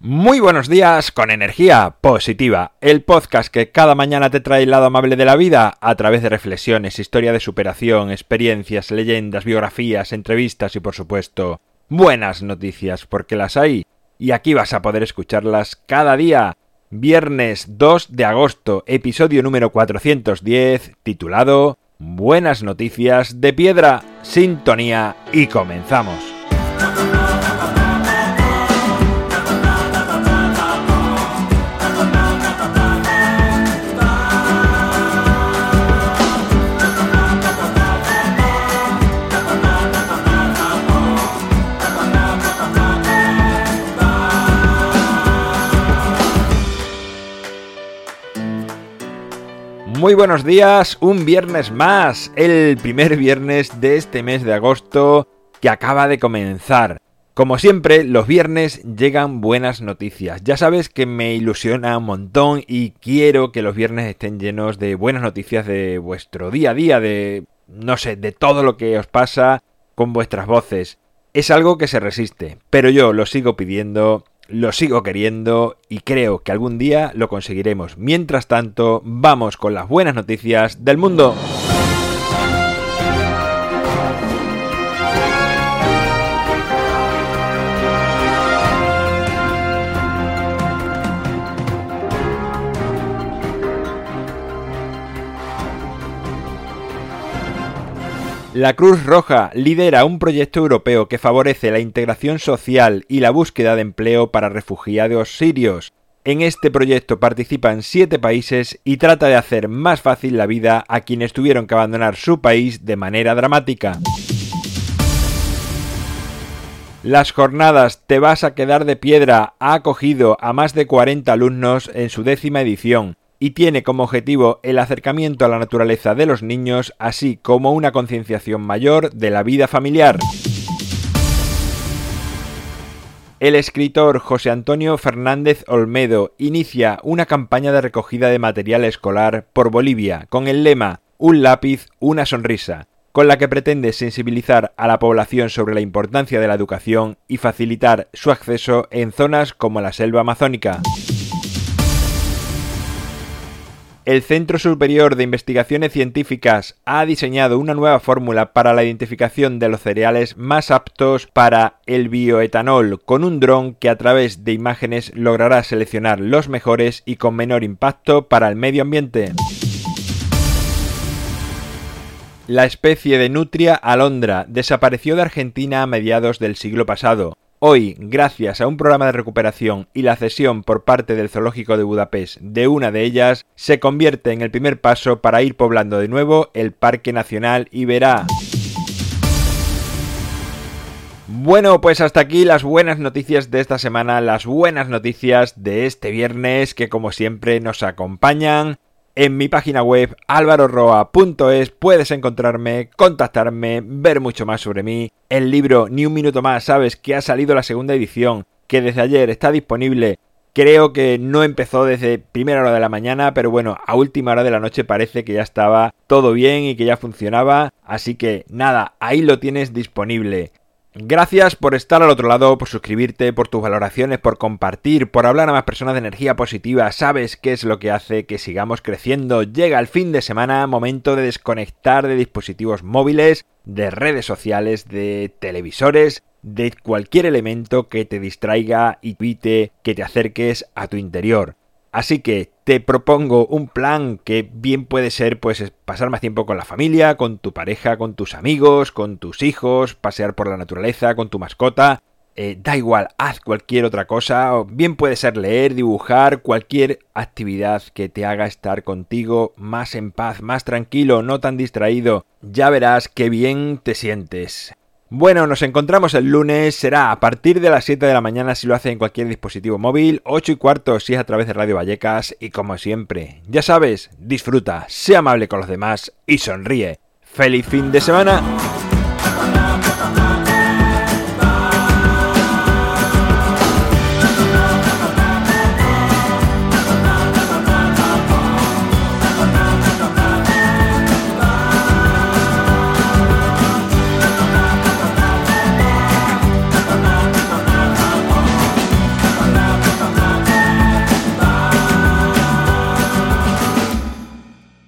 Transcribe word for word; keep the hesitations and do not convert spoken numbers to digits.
Muy buenos días con energía positiva, el podcast que cada mañana te trae el lado amable de la vida a través de reflexiones, historia de superación, experiencias, leyendas, biografías, entrevistas y por supuesto buenas noticias porque las hay y aquí vas a poder escucharlas cada día. Viernes dos de agosto, episodio número cuatrocientos diez, titulado Buenas noticias de piedra, sintonía y comenzamos. Muy buenos días, un viernes más, el primer viernes de este mes de agosto que acaba de comenzar. Como siempre, los viernes llegan buenas noticias. Ya sabes que me ilusiona un montón y quiero que los viernes estén llenos de buenas noticias de vuestro día a día, de, no sé, de todo lo que os pasa con vuestras voces. Es algo que se resiste, pero yo lo sigo pidiendo. Lo sigo queriendo y creo que algún día lo conseguiremos. Mientras tanto, vamos con las buenas noticias del mundo. La Cruz Roja lidera un proyecto europeo que favorece la integración social y la búsqueda de empleo para refugiados sirios. En este proyecto participan siete países y trata de hacer más fácil la vida a quienes tuvieron que abandonar su país de manera dramática. Las jornadas Te vas a quedar de piedra ha acogido a más de cuarenta alumnos en su décima edición. Y tiene como objetivo el acercamiento a la naturaleza de los niños, así como una concienciación mayor de la vida familiar. El escritor José Antonio Fernández Olmedo inicia una campaña de recogida de material escolar por Bolivia con el lema Un lápiz, una sonrisa, con la que pretende sensibilizar a la población sobre la importancia de la educación y facilitar su acceso en zonas como la selva amazónica. El Centro Superior de Investigaciones Científicas ha diseñado una nueva fórmula para la identificación de los cereales más aptos para el bioetanol, con un dron que a través de imágenes logrará seleccionar los mejores y con menor impacto para el medio ambiente. La especie de nutria alondra desapareció de Argentina a mediados del siglo pasado. Hoy, gracias a un programa de recuperación y la cesión por parte del Zoológico de Budapest de una de ellas, se convierte en el primer paso para ir poblando de nuevo el Parque Nacional Iberá. Bueno, pues hasta aquí las buenas noticias de esta semana, las buenas noticias de este viernes que como siempre nos acompañan. En mi página web alvaro roa punto es puedes encontrarme, contactarme, ver mucho más sobre mí. El libro Ni un minuto más, sabes que ha salido la segunda edición, que desde ayer está disponible. Creo que no empezó desde primera hora de la mañana, pero bueno, a última hora de la noche parece que ya estaba todo bien y que ya funcionaba. Así que nada, ahí lo tienes disponible. Gracias por estar al otro lado, por suscribirte, por tus valoraciones, por compartir, por hablar a más personas de energía positiva. Sabes qué es lo que hace que sigamos creciendo. Llega el fin de semana, momento de desconectar de dispositivos móviles, de redes sociales, de televisores, de cualquier elemento que te distraiga y evite que te acerques a tu interior. Así que te propongo un plan que bien puede ser pues pasar más tiempo con la familia, con tu pareja, con tus amigos, con tus hijos, pasear por la naturaleza, con tu mascota. Eh, da igual, haz cualquier otra cosa, o bien puede ser leer, dibujar, cualquier actividad que te haga estar contigo más en paz, más tranquilo, no tan distraído. Ya verás qué bien te sientes. Bueno, nos encontramos el lunes, será a partir de las siete de la mañana si lo haces en cualquier dispositivo móvil, ocho y cuarto si es a través de Radio Vallecas y como siempre, ya sabes, disfruta, sé amable con los demás y sonríe. ¡Feliz fin de semana!